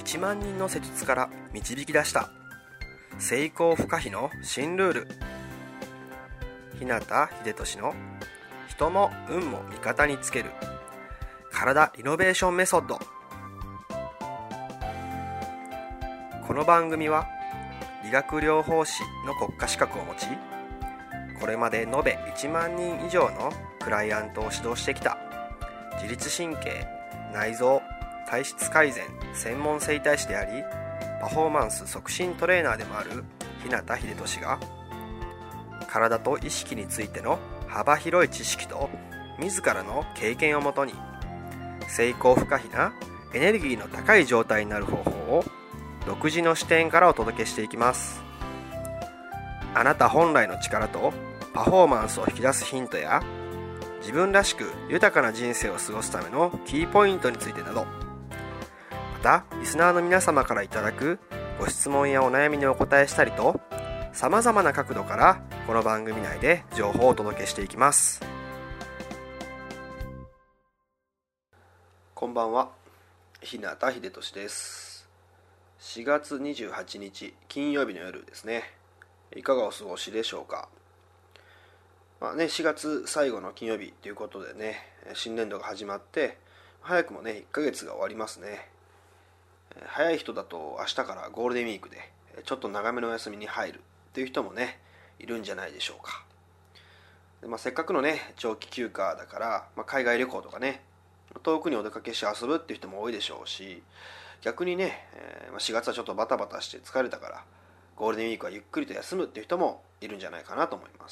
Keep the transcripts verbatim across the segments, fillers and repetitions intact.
ちまんにんの施術から導き出した成功不可避の新ルール。日向秀俊の人も運も味方につける体リノベーションメソッド。この番組は理学療法士の国家資格を持ち、これまで延べいちまんにん以上のクライアントを指導してきた自律神経、内臓、体質改善専門整体師であり、パフォーマンス促進トレーナーでもある日向秀俊が、体と意識についての幅広い知識と自らの経験をもとに、成功不可避なエネルギーの高い状態になる方法を独自の視点からお届けしていきます。あなた本来の力とパフォーマンスを引き出すヒントや、自分らしく豊かな人生を過ごすためのキーポイントについてなど、またリスナーの皆様からいただくご質問やお悩みにお答えしたりと、さまざまな角度からこの番組内で情報をお届けしていきます。こんばんは、日向秀俊です。しがつにじゅうはちにち金曜日の夜ですね。いかがお過ごしでしょうか。まあね、しがつ最後の金曜日ということでね、新年度が始まって早くもねいっかげつが終わりますね。早い人だと明日からゴールデンウィークでちょっと長めのお休みに入るという人もねいるんじゃないでしょうか。で、まあ、せっかくのね長期休暇だから、まあ、海外旅行とかね遠くにお出かけして遊ぶっていう人も多いでしょうし、逆にね、えー、しがつはちょっとバタバタして疲れたからゴールデンウィークはゆっくりと休むっていう人もいるんじゃないかなと思います。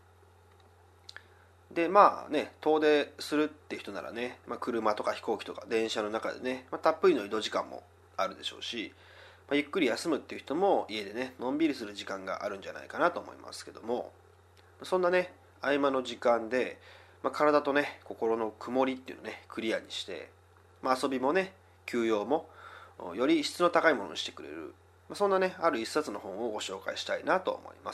でまあね遠出するっていう人ならね、まあ、車とか飛行機とか電車の中でね、まあ、たっぷりの移動時間もあるでしょうし、まあ、ゆっくり休むっていう人も家でねのんびりする時間があるんじゃないかなと思いますけども、そんなね合間の時間で、まあ、体とね心の曇りっていうのをねクリアにして、まあ、遊びもね休養もより質の高いものにしてくれる、まあ、そんなねある一冊の本をご紹介したいなと思います。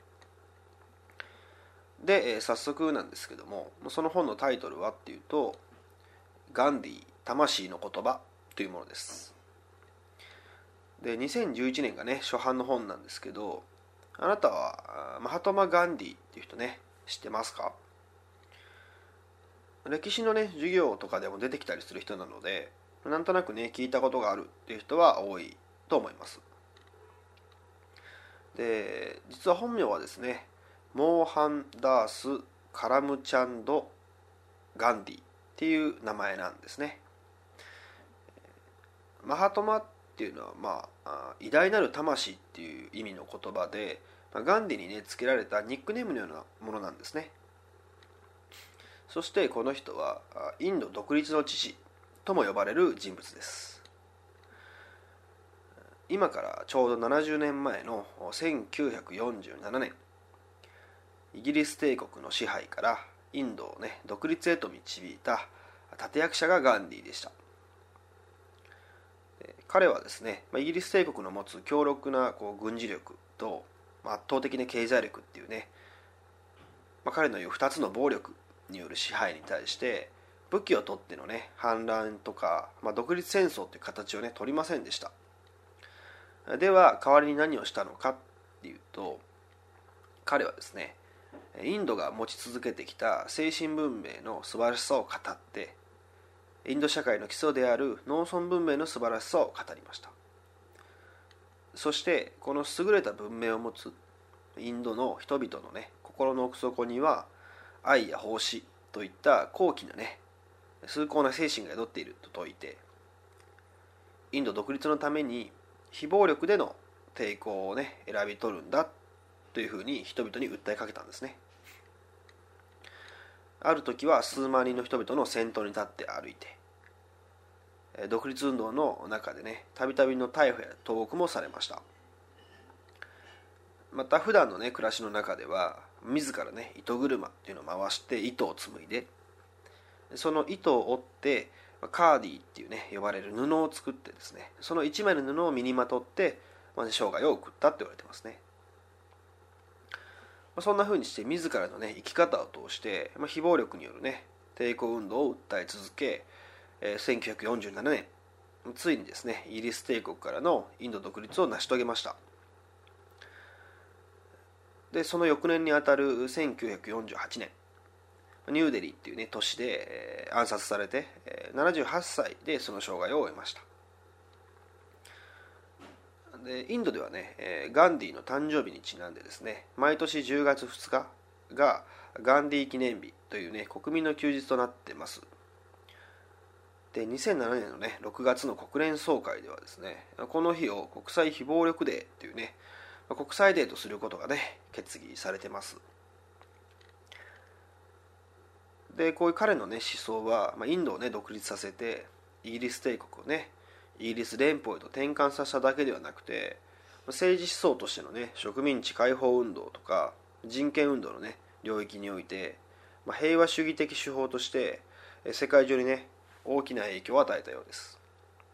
で、えー、早速なんですけども、その本のタイトルはっていうと、ガンディ魂の言葉というものです。でにせんじゅういちねんがね初版の本なんですけど、あなたはマハトマ・ガンディっていう人ね知ってますか？歴史のね授業とかでも出てきたりする人なので、なんとなくね聞いたことがあるっていう人は多いと思います。で実は本名はですね、モーハンダース・カラムチャンド・ガンディっていう名前なんですね。マハトマっていうのは、まあ、偉大なる魂っていう意味の言葉で、ガンディにね付けられたニックネームのようなものなんですね。そしてこの人はインド独立の父とも呼ばれる人物です。今からちょうどななじゅうねんまえのせんきゅうひゃくよんじゅうななねん、イギリス帝国の支配からインドをね独立へと導いた立役者がガンディでした。彼はですね、イギリス帝国の持つ強力なこう軍事力と圧倒的な経済力っていうね、まあ、彼の言うふたつの暴力による支配に対して武器を取ってのね反乱とか、まあ、独立戦争という形をね取りませんでした。では代わりに何をしたのかっていうと、彼はですねインドが持ち続けてきた精神文明の素晴らしさを語って、インド社会の基礎である農村文明の素晴らしさを語りました。そしてこの優れた文明を持つインドの人々のね心の奥底には愛や奉仕といった高貴なね崇高な精神が宿っていると説いて、インド独立のために非暴力での抵抗をね選び取るんだというふうに人々に訴えかけたんですね。ある時は数万人の人々の先頭に立って歩いて、独立運動の中でねたびたびの逮捕や投獄もされました。また普段のね暮らしの中では自らね糸車っていうのを回して糸を紡いで、その糸を織ってカーディっていうね呼ばれる布を作ってですね、その一枚の布を身にまとって、まあ、生涯を送ったって言われてますね。そんな風にして自らのね生き方を通して、まあ、非暴力によるね抵抗運動を訴え続け、せんきゅうひゃくよんじゅうななねんついにですねイギリス帝国からのインド独立を成し遂げました。でその翌年にあたるせんきゅうひゃくよんじゅうはちねん、ニューデリーっていうね都市で、えー、暗殺されて、えー、ななじゅうはっさいでその生涯を終えました。でインドではね、えー、ガンディーの誕生日にちなんでですね毎年じゅうがつふつかがガンディー記念日というね国民の休日となっています。でにせんななねんのねろくがつの国連総会ではですねこの日を国際非暴力デーというね国際デーとすることがね決議されてます。でこういう彼のね思想は、まあ、インドをね独立させてイギリス帝国をねイギリス連邦へと転換させただけではなくて、政治思想としてのね植民地解放運動とか人権運動のね領域において、まあ、平和主義的手法として世界中にね大きな影響を与えたようです。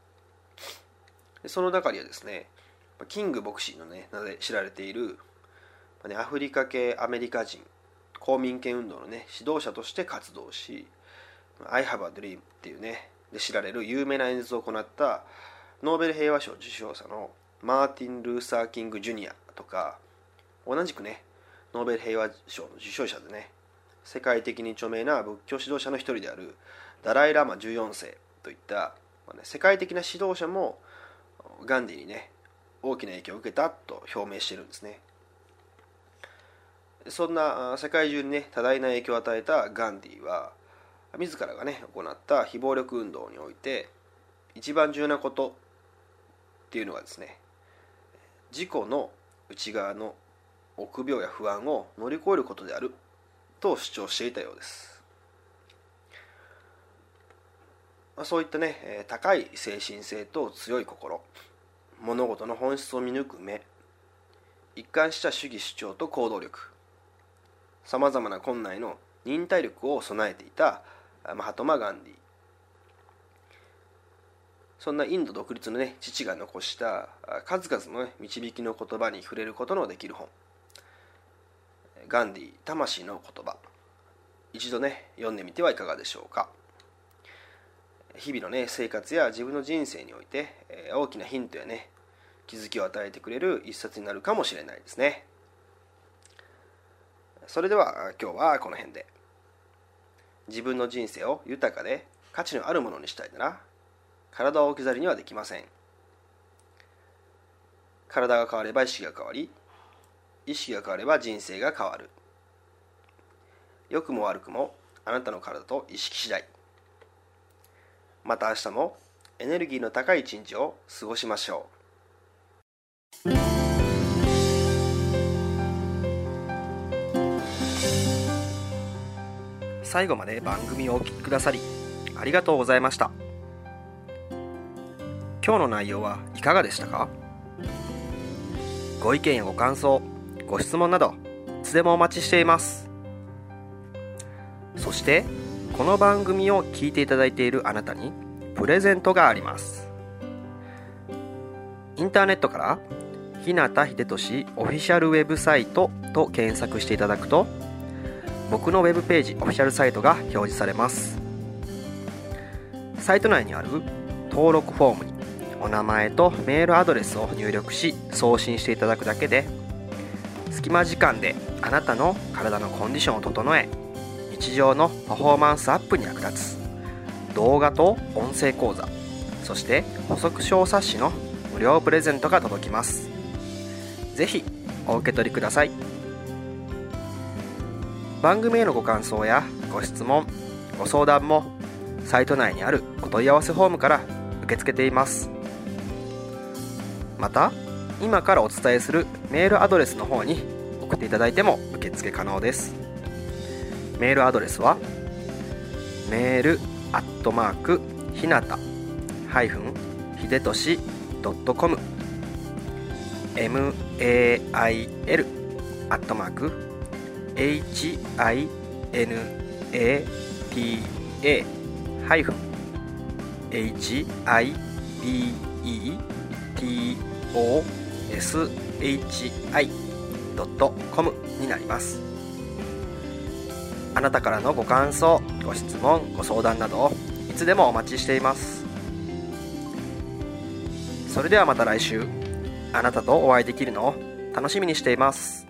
その中にはですねキング牧師のね名で知られているアフリカ系アメリカ人公民権運動のね指導者として活動し I have a dream っていうねで知られる有名な演説を行ったノーベル平和賞受賞者のマーティン・ルーサー・キング・ジュニアとか、同じくねノーベル平和賞の受賞者でね世界的に著名な仏教指導者の一人であるダライ・ラマじゅうよんせいといった、まあね、世界的な指導者もガンディにね大きな影響を受けたと表明しているんですね。そんな世界中にね多大な影響を与えたガンディは自らがね行った非暴力運動において一番重要なことっていうのがですね自己の内側の臆病や不安を乗り越えることであると主張していたようです。そういったね高い精神性と強い心、物事の本質を見抜く目、一貫した主義主張と行動力、さまざまな困難への忍耐力を備えていたマハトマ・ガンディ。そんなインド独立のね父が残した数々の、ね、導きの言葉に触れることのできる本、ガンディ魂の言葉、一度ね読んでみてはいかがでしょうか。日々のね生活や自分の人生において、えー、大きなヒントやね気づきを与えてくれる一冊になるかもしれないですね。それでは今日はこの辺で。自分の人生を豊かで価値のあるものにしたいなら体を置き去りにはできません。体が変われば意識が変わり、意識が変われば人生が変わる。良くも悪くもあなたの体と意識次第。また明日もエネルギーの高い一日を過ごしましょう。最後まで番組をお聞きくださりありがとうございました。今日の内容はいかがでしたか？ご意見やご感想、ご質問などいつでもお待ちしています。そしてこの番組を聞いていただいているあなたにプレゼントがあります。インターネットから日向秀俊オフィシャルウェブサイトと検索していただくと僕のウェブページオフィシャルサイトが表示されます。サイト内にある登録フォームにお名前とメールアドレスを入力し送信していただくだけで隙間時間であなたの体のコンディションを整え日常のパフォーマンスアップに役立つ動画と音声講座、そして補足小冊子の無料プレゼントが届きます。ぜひお受け取りください。番組へのご感想やご質問、ご相談もサイト内にあるお問い合わせフォームから受け付けています。また今からお伝えするメールアドレスの方に送っていただいても受付可能です。メールアドレスはメールアットマークひなたハイフンひでとしドットコム メールアットマーク ヒナタハイフン ヒトシドットコム になります。あなたからのご感想、ご質問、ご相談などいつでもお待ちしています。 それではまた来週、あなたとお会いできるのを楽しみにしています。